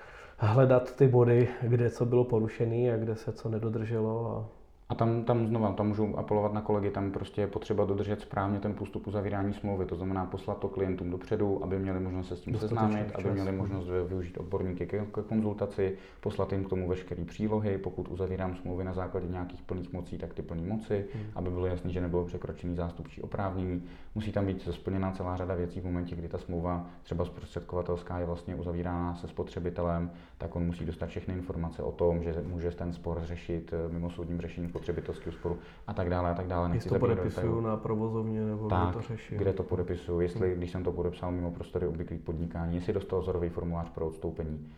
hledat ty body, kde co bylo porušené a kde se co nedodrželo. A tam můžu apelovat na kolegy, tam prostě je potřeba dodržet správně ten postup uzavírání smlouvy, to znamená poslat to klientům dopředu, aby měli možnost se s tím seznámit, aby měli možnost využít odborníky ke konzultaci, poslat jim k tomu veškeré přílohy, pokud uzavírám smlouvy na základě nějakých plných mocí, tak ty plné moci, aby bylo jasné, že nebylo překročený zástupčí oprávnění. Musí tam být splněna celá řada věcí v momentě, kdy ta smlouva třeba zprostředkovatelská je vlastně uzavírána se spotřebitelem, tak on musí dostat všechny informace o tom, že může ten spor řešit mimosoudním řešením spotřebitelského sporu a tak dále. Jestli to podepisuju na provozovně nebo tak, kde to řeší. Kde to podepisuju, jestli když jsem to podepsal mimo prostory obvyklých podnikání, jestli dostal vzorový formulář pro odstoupení.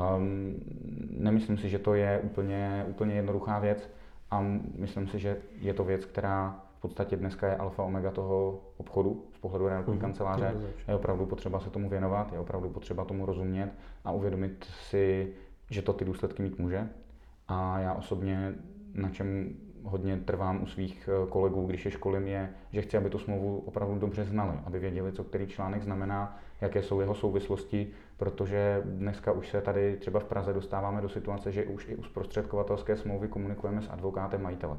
Nemyslím si, že to je úplně jednoduchá věc a myslím si, že je to věc, která v podstatě dneska je alfa omega toho obchodu z pohledu realitní kanceláře. Je opravdu potřeba se tomu věnovat, je opravdu potřeba tomu rozumět a uvědomit si, že to ty důsledky mít může. A já osobně, na čem hodně trvám u svých kolegů, když je školím, je, že chci, aby tu smlouvu opravdu dobře znali, aby věděli, co který článek znamená, jaké jsou jeho souvislosti, protože dneska už se tady třeba v Praze dostáváme do situace, že už i u zprostředkovatelské smlouvy komunikujeme s advokátem majitele.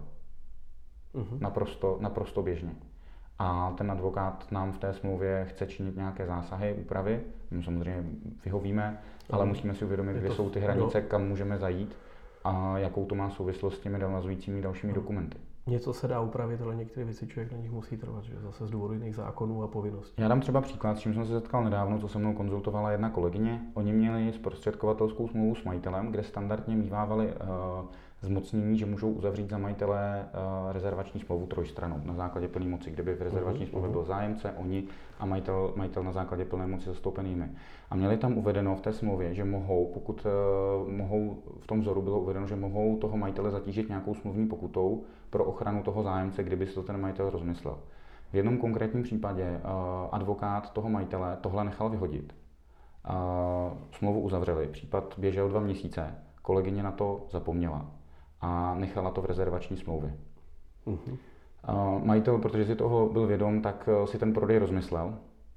Naprosto běžně. A ten advokát nám v té smlouvě chce činit nějaké zásahy, úpravy, my samozřejmě vyhovíme, ale musíme si uvědomit, kde jsou ty hranice, kam můžeme zajít a jakou to má souvislost s těmi navazujícími dalšími dokumenty. Něco se dá upravit, ale některé věci člověk na nich musí trvat, že zase z důvodu jiných zákonů a povinností. Já dám třeba příklad, s čím jsem se setkal nedávno, co se mnou konzultovala jedna kolegyně. Oni měli zprostředkovatelskou smlouvu s majitelem, kde standardně mívávali zmocnění, že můžou uzavřít za majitele rezervační smlouvu trojstrannou na základě plné moci, kde by v rezervační smlouvě byl zájemce, oni a majitel na základě plné moci zastoupenými. A měli tam uvedeno v té smlouvě, že pokud mohou, v tom vzoru bylo uvedeno, že mohou toho majitele zatížit nějakou smluvní pokutou pro ochranu toho zájemce, kdyby si to ten majitel rozmyslel. V jednom konkrétním případě advokát toho majitele tohle nechal vyhodit. Smlouvu uzavřeli, případ běžel 2 měsíce, kolegyně na to zapomněla a nechala to v rezervační smlouvě. Majitel, protože si toho byl vědom, tak si ten prodej rozmyslel,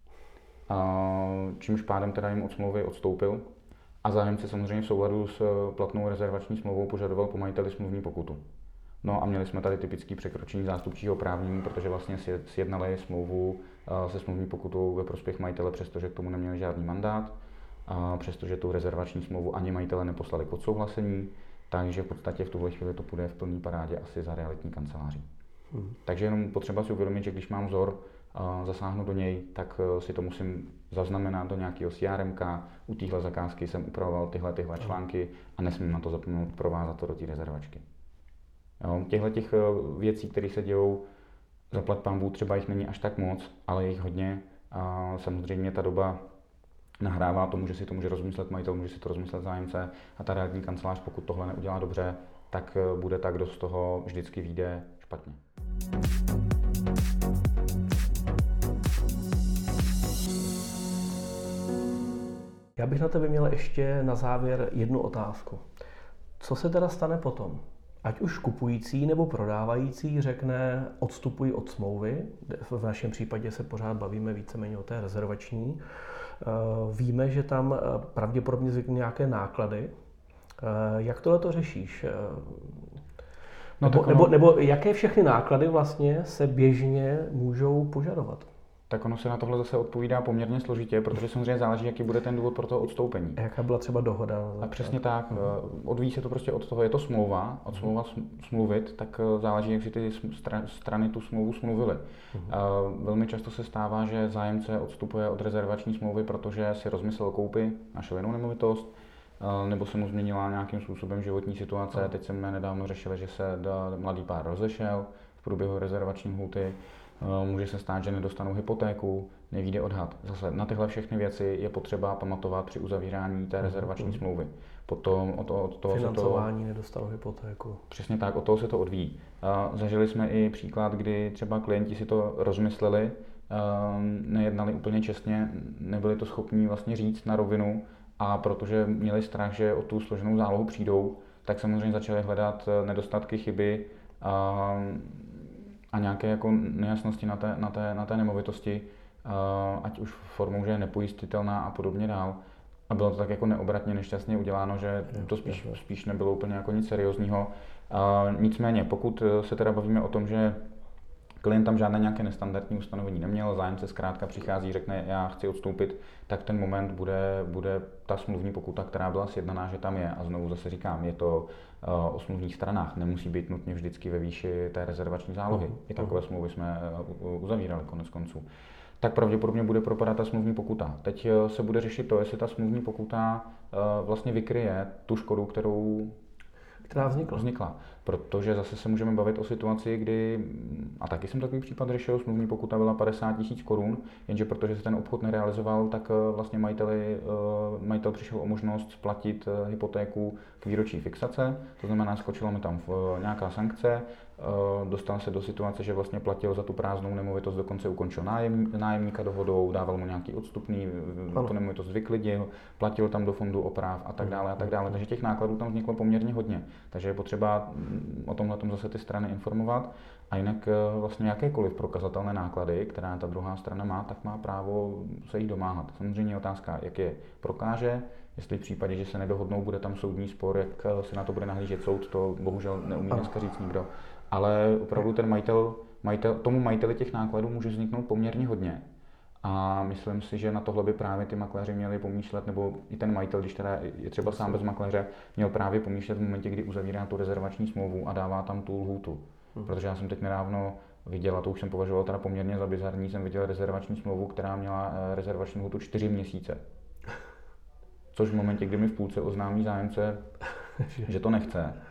čímž pádem teda jim od smlouvy odstoupil a zájemce samozřejmě v souladu s platnou rezervační smlouvou požadoval po majiteli smluvní pokutu. No a měli jsme tady typický překročení zástupčího oprávnění, protože vlastně sjednali smlouvu se smluvní pokutou ve prospěch majitele, přestože k tomu neměli žádný mandát, přestože tu rezervační smlouvu ani majitele neposlali k odsouhlasení, takže v podstatě v tuhle chvíli to půjde v plný parádě asi za realitní kanceláří. Takže jenom potřeba si uvědomit, že když mám vzor, zasáhnu do něj, tak si to musím zaznamenat do nějakého CRMka, u téhle zakázky jsem upravoval tyhle články a nesmím na to zapomenout provázat to do té rezervačky. Těch věcí, které se dějou, zaplať pánbůh, třeba jich není až tak moc, ale je jich hodně. A samozřejmě ta doba nahrává tomu, že si to může rozmyslet majitel, může si to rozmyslet zájemce a ta realitní kancelář, pokud tohle neudělá dobře, tak bude tak, kdo z toho vždycky vyjde špatně. Já bych na tebe měl ještě na závěr jednu otázku. Co se teda stane potom? Ať už kupující nebo prodávající řekne odstupuji od smlouvy, v našem případě se pořád bavíme víceméně o té rezervační. Víme, že tam pravděpodobně vzniknou nějaké náklady. Jak tohle to řešíš? Nebo jaké všechny náklady vlastně se běžně můžou požadovat? Tak ono se na tohle zase odpovídá poměrně složitě, protože samozřejmě záleží, jaký bude ten důvod pro to odstoupení. Jaká byla třeba dohoda? A přesně tak. Odvíjí se to prostě od toho, je to smlouva, od smlouva smluvit, tak záleží, jak si ty strany tu smlouvu smluvily. Velmi často se stává, že zájemce odstupuje od rezervační smlouvy, protože si rozmyslel koupy, našel jinou nemovitost, nebo se mu změnila nějakým způsobem životní situace. Teď jsme nedávno řešili, že se mladý pár rozešel v průběhu rezervační lhůty. Může se stát, že nedostanou hypotéku, nevyjde odhad. Zase na tyhle všechny věci je potřeba pamatovat při uzavírání té rezervační smlouvy. Potom od toho financování nedostanou hypotéku. Přesně tak, od toho se to odvíjí. Zažili jsme i příklad, kdy třeba klienti si to rozmysleli, nejednali úplně čestně, nebyli to schopní vlastně říct na rovinu a protože měli strach, že o tu složenou zálohu přijdou, tak samozřejmě začali hledat nedostatky, chyby a nějaké jako nejasnosti na té nemovitosti, ať už formou, že je nepojistitelná a podobně dál. A bylo to tak jako neobratně nešťastně uděláno, že to spíš nebylo úplně jako nic seriózního. Nicméně, pokud se teda bavíme o tom, že klient tam žádné nějaké nestandardní ustanovení neměl, zájemce zkrátka přichází, řekne, já chci odstoupit, tak ten moment bude ta smluvní pokuta, která byla sjednaná, že tam je. A znovu zase říkám, je to o smluvních stranách, nemusí být nutně vždycky ve výši té rezervační zálohy. I takové smlouvy jsme uzavírali konec konců. Tak pravděpodobně bude propadat ta smluvní pokuta. Teď se bude řešit to, jestli ta smluvní pokuta vlastně vykryje tu škodu, která vznikla. Protože zase se můžeme bavit o situaci, kdy, a taky jsem takový případ řešil, smluvní pokuta byla 50 000 korun, jenže protože se ten obchod nerealizoval, tak vlastně majitel přišel o možnost splatit hypotéku k výročí fixace, to znamená, skočila mi tam nějaká sankce, dostal se do situace, že vlastně platil za tu prázdnou nemovitost, dokonce ukončil nájemníka dohodou, dával mu nějaký odstupný, tu nemovitost vyklidil, platil tam do fondu oprav a tak dále. Takže těch nákladů tam vzniklo poměrně hodně. Takže je potřeba o tomhle zase ty strany informovat a jinak vlastně jakékoliv prokazatelné náklady, která ta druhá strana má, tak má právo se jich domáhat. Samozřejmě je otázka, jak je prokáže, jestli v případě, že se nedohodnou, bude tam soudní spor, jak se na to bude nahlížet soud, to bohužel neumí dneska říct nikdo. Ale opravdu ten tomu majiteli těch nákladů může vzniknout poměrně hodně. A myslím si, že na tohle by právě ty makléři měli pomýšlet, nebo i ten majitel, když teda je třeba sám bez makléře, měl právě pomýšlet v momentě, kdy uzavírá tu rezervační smlouvu a dává tam tu lhůtu. Protože já jsem teď nedávno viděl, a to už jsem považoval teda poměrně za bizarní, jsem viděl rezervační smlouvu, která měla rezervační lhůtu 4 měsíce. Což v momentě, kdy mi v půlce oznámí zájemce, že to nechce,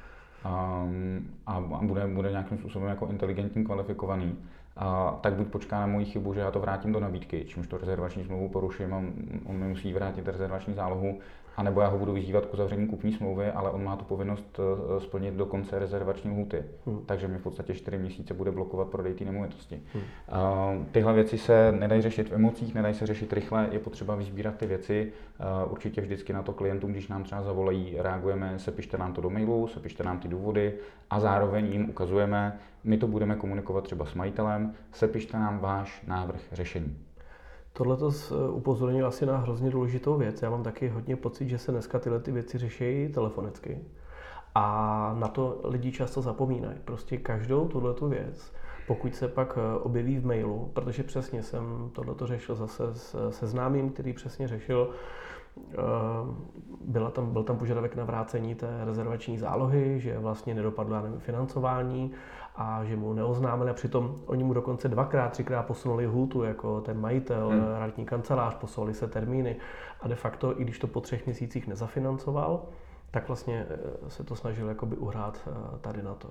a bude nějakým způsobem jako inteligentní, kvalifikovaný, tak buď počká na moji chybu, že já to vrátím do nabídky, čímž to rezervační smlouvu poruším a on mi musí vrátit rezervační zálohu, anebo já ho budu vyzývat k uzavření kupní smlouvy, ale on má tu povinnost splnit do konce rezervační lhůty. Takže mi v podstatě 4 měsíce bude blokovat prodej té nemovitosti. Tyhle věci se nedají řešit v emocích, nedají se řešit rychle, je potřeba vyzbírat ty věci. Určitě vždycky na to klientům, když nám třeba zavolají, reagujeme, sepište nám to do mailu, sepište nám ty důvody a zároveň jim ukazujeme, my to budeme komunikovat třeba s majitelem, sepište nám váš návrh řešení. Tohle to upozorňuje asi na hrozně důležitou věc. Já mám taky hodně pocit, že se dneska tyhle ty věci řeší telefonicky. A na to lidi často zapomínají. Prostě každou tuhletu věc, pokud se pak objeví v mailu, protože přesně jsem tohleto řešil zase se známým, který přesně řešil, byl tam požadavek na vrácení té rezervační zálohy, že vlastně nedopadlo financování a že mu neoznámili a přitom oni mu dokonce 2x, 3x posunuli lhůtu, jako ten majitel, realitní kancelář, posunuli se termíny a de facto, i když to po 3 měsících nezafinancoval, tak vlastně se to snažil jakoby uhrát tady na to.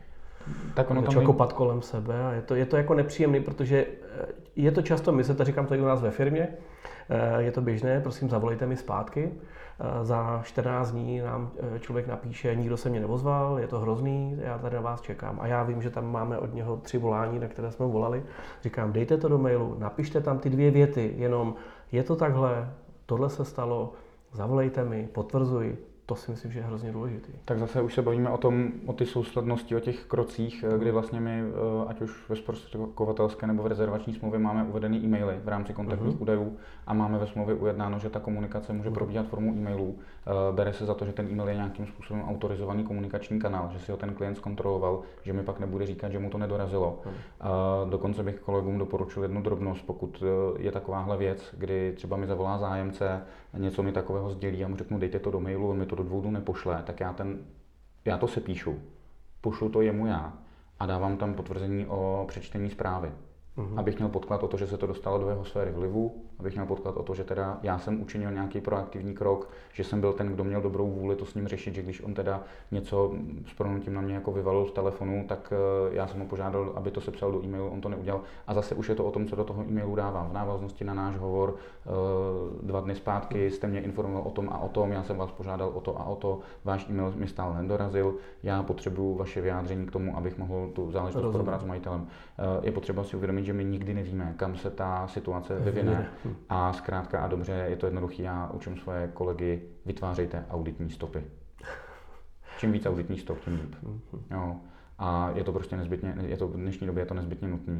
Tak ono tam kopat kolem sebe a je to jako nepříjemný, protože je to často, my se to říkám to i u nás ve firmě, je to běžné, prosím zavolejte mi zpátky. Za 14 dní nám člověk napíše, nikdo se mě neozval, je to hrozný, já tady na vás čekám. A já vím, že tam máme od něho 3 volání, na které jsme volali. Říkám, dejte to do mailu, napište tam ty 2 věty, jenom je to takhle, tohle se stalo, zavolejte mi, potvrzuji. To si myslím, že je hrozně důležitý. Tak zase už se bavíme o ty souslednosti, o těch krocích, kdy vlastně my, ať už ve zprostředkovatelské nebo v rezervační smlouvě máme uvedené e-maily v rámci kontaktních údajů a máme ve smlouvě ujednáno, že ta komunikace může probíhat formou e-mailů. Bere se za to, že ten e-mail je nějakým způsobem autorizovaný komunikační kanál, že si ho ten klient zkontroloval, že mi pak nebude říkat, že mu to nedorazilo. Dokonce bych kolegům doporučil jednu drobnost, pokud je takováhle věc, kdy třeba mi zavolá zájemce, něco mi takového sdělí a mu řeknu, dejte to do mailu, on mi to do 2 dnů nepošle, tak já to sepíšu, pošlu to jemu já a dávám tam potvrzení o přečtení zprávy. Abych měl podklad o to, že se to dostalo do jeho sféry vlivu, abych měl podklad o to, že teda já jsem učinil nějaký proaktivní krok, že jsem byl ten, kdo měl dobrou vůli to s ním řešit, že když on teda něco s prominutím na mě jako vyvalil v telefonu, tak já jsem ho požádal, aby to sepsal do e-mailu, on to neudělal. A zase už je to o tom, co do toho e-mailu dávám. V návaznosti na náš hovor 2 dny zpátky jste mě informoval o tom a o tom, já jsem vás požádal o to a o to, váš e-mail mi stále nedorazil, já potřebuju vaše vyjádření k tomu, abych mohl tu záležitost probrat s majitelem. Je potřeba si uvědomit, že my nikdy nevíme, kam se ta situace vyvine a zkrátka a dobře, je to jednoduché, já učím svoje kolegy, vytvářejte auditní stopy. Čím víc auditních stop, tím líp. Jo. A je to prostě nezbytně, v dnešní době je to nezbytně nutné.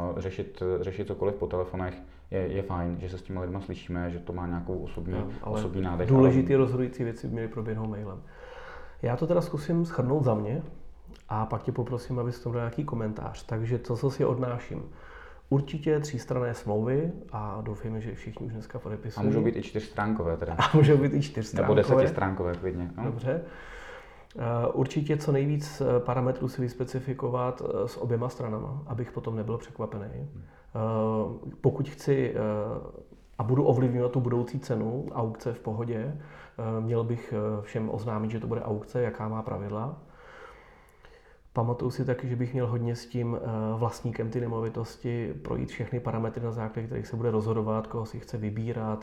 Řešit cokoliv po telefonech je fajn, že se s těmi lidma slyšíme, že to má nějakou osobní nádech. Důležité rozhodující věci by měly proběhnout mailem. Já to teda zkusím shrnout za mě a pak tě poprosím, abys to dal nějaký komentář. Takže co si odnáším? Určitě 3stranné smlouvy a doufejme, že všichni už dneska podepisují. A můžou být i 4stránkové teda. A můžou být i 4stránkové. Nebo 10stránkové klidně. No. Dobře. Určitě co nejvíc parametrů si vyspecifikovat s oběma stranama, abych potom nebyl překvapený. Pokud chci a budu ovlivňovat tu budoucí cenu, aukce v pohodě, měl bych všem oznámit, že to bude aukce, jaká má pravidla. Pamatuju si taky, že bych měl hodně s tím vlastníkem ty nemovitosti projít všechny parametry, na základě kterých se bude rozhodovat, koho si chce vybírat,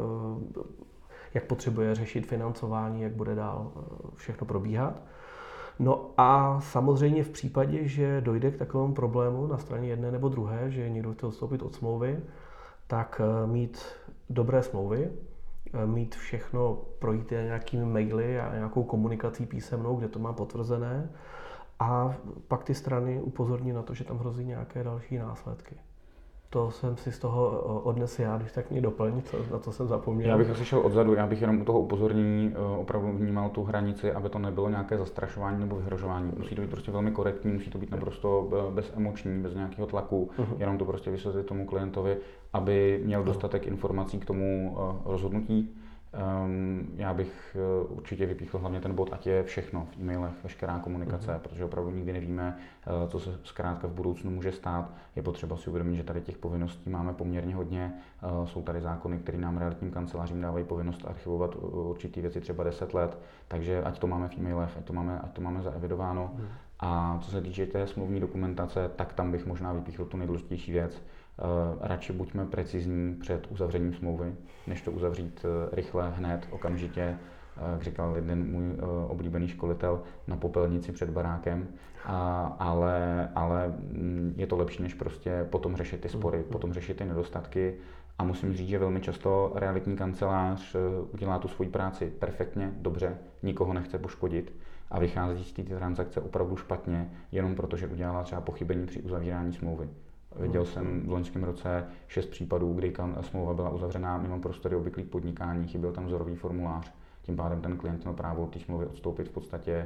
jak potřebuje řešit financování, jak bude dál všechno probíhat. No a samozřejmě v případě, že dojde k takovému problému na straně jedné nebo druhé, že někdo chce odstoupit od smlouvy, tak mít dobré smlouvy, mít všechno, projít nějakými maily a nějakou komunikací písemnou, kde to má potvrzené, a pak ty strany upozorní na to, že tam hrozí nějaké další následky. To jsem si z toho odnesl já, když tak mě doplň, na co jsem zapomněl. Já bych asi šel odzadu, já bych jenom u toho upozornění opravdu vnímal tu hranici, aby to nebylo nějaké zastrašování nebo vyhrožování. Musí to být prostě velmi korektní, musí to být naprosto bezemoční, bez nějakého tlaku, jenom to prostě vysvětlit tomu klientovi, aby měl dostatek informací k tomu rozhodnutí. Já bych určitě vypíchl hlavně ten bod, ať je všechno v e-mailech, veškerá komunikace, protože opravdu nikdy nevíme, co se zkrátka v budoucnu může stát. Je potřeba si uvědomit, že tady těch povinností máme poměrně hodně. Jsou tady zákony, které nám realitním kancelářím dávají povinnost archivovat určité věci třeba 10 let, takže ať to máme v e-mailech, ať to máme zaevidováno. A co se týče té smluvní dokumentace, tak tam bych možná vypíchl tu nejdůležitější věc. Radši buďme precizní před uzavřením smlouvy, než to uzavřít rychle, hned, okamžitě, jak říkal jeden můj oblíbený školitel, na popelnici před barákem, ale je to lepší, než prostě potom řešit ty spory, potom řešit ty nedostatky. A musím říct, že velmi často realitní kancelář udělá tu svoji práci perfektně, dobře, nikoho nechce poškodit a vychází z té transakce opravdu špatně, jenom protože udělala třeba pochybení při uzavírání smlouvy. Viděl jsem v loňském roce 6 případů, kdy smlouva byla uzavřená mimo prostory obvyklých podnikání, chyběl tam vzorový formulář. Tím pádem ten klient měl právo od té smlouvy odstoupit v podstatě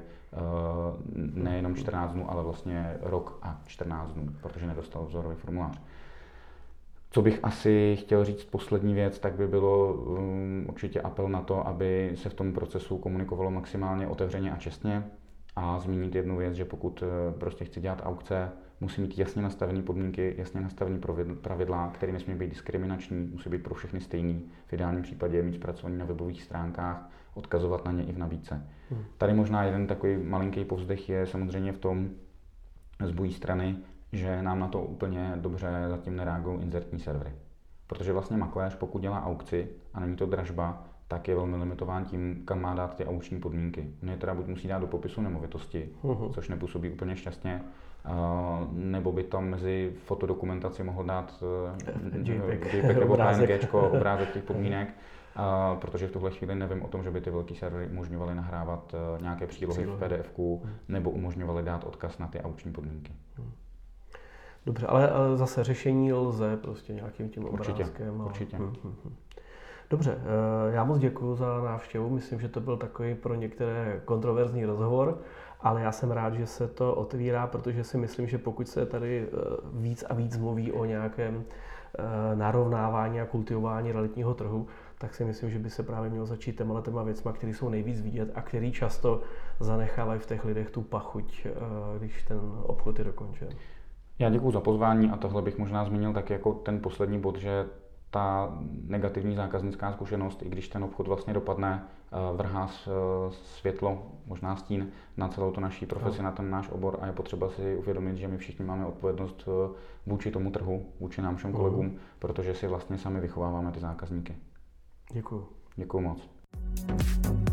nejenom 14 dnů, ale vlastně rok a 14 dnů, protože nedostal vzorový formulář. Co bych asi chtěl říct poslední věc, tak by bylo určitě apel na to, aby se v tom procesu komunikovalo maximálně otevřeně a čestně. A zmínit jednu věc, že pokud prostě chci dělat aukce, musí mít jasně nastavené podmínky, jasně nastavené pravidla, které nesmí být diskriminační, musí být pro všechny stejný. V ideálním případě mít zpracovaný na webových stránkách, odkazovat na ně i v nabídce. Tady možná jeden takový malinký povzdech je samozřejmě v tom z bojí strany, že nám na to úplně dobře zatím nereagují inzertní servery. Protože vlastně makléř, pokud dělá aukci a není to dražba, tak je velmi limitován tím, kam má dát ty aukční podmínky. On teda buď musí dát do popisu nemovitosti, což nepůsobí úplně šťastně, nebo by tam mezi fotodokumentaci mohl dát JPEG nebo PNG, obrázek těch podmínek, protože v tuhle chvíli nevím o tom, že by ty velké servery umožňovaly nahrávat nějaké přílohy v PDF-ku nebo umožňovaly dát odkaz na ty aukční podmínky. Dobře, ale zase řešení lze prostě nějakým tím obrázkem. Určitě. Dobře, já moc děkuji za návštěvu. Myslím, že to byl takový pro některé kontroverzní rozhovor, ale já jsem rád, že se to otvírá, protože si myslím, že pokud se tady víc a víc mluví o nějakém narovnávání a kultivování realitního trhu, tak si myslím, že by se právě mělo začít těma věcma, které jsou nejvíc vidět a které často zanechávají v těch lidech tu pachuť, když ten obchod je dokončen. Já děkuji za pozvání a tohle bych možná zmínil tak jako ten poslední bod, že ta negativní zákaznická zkušenost, i když ten obchod vlastně dopadne, vrhá světlo, možná stín na celou tu naší profesi, na ten náš obor a je potřeba si uvědomit, že my všichni máme odpovědnost vůči tomu trhu, vůči nám všem kolegům, protože si vlastně sami vychováváme ty zákazníky. Děkuji. Děkuji moc.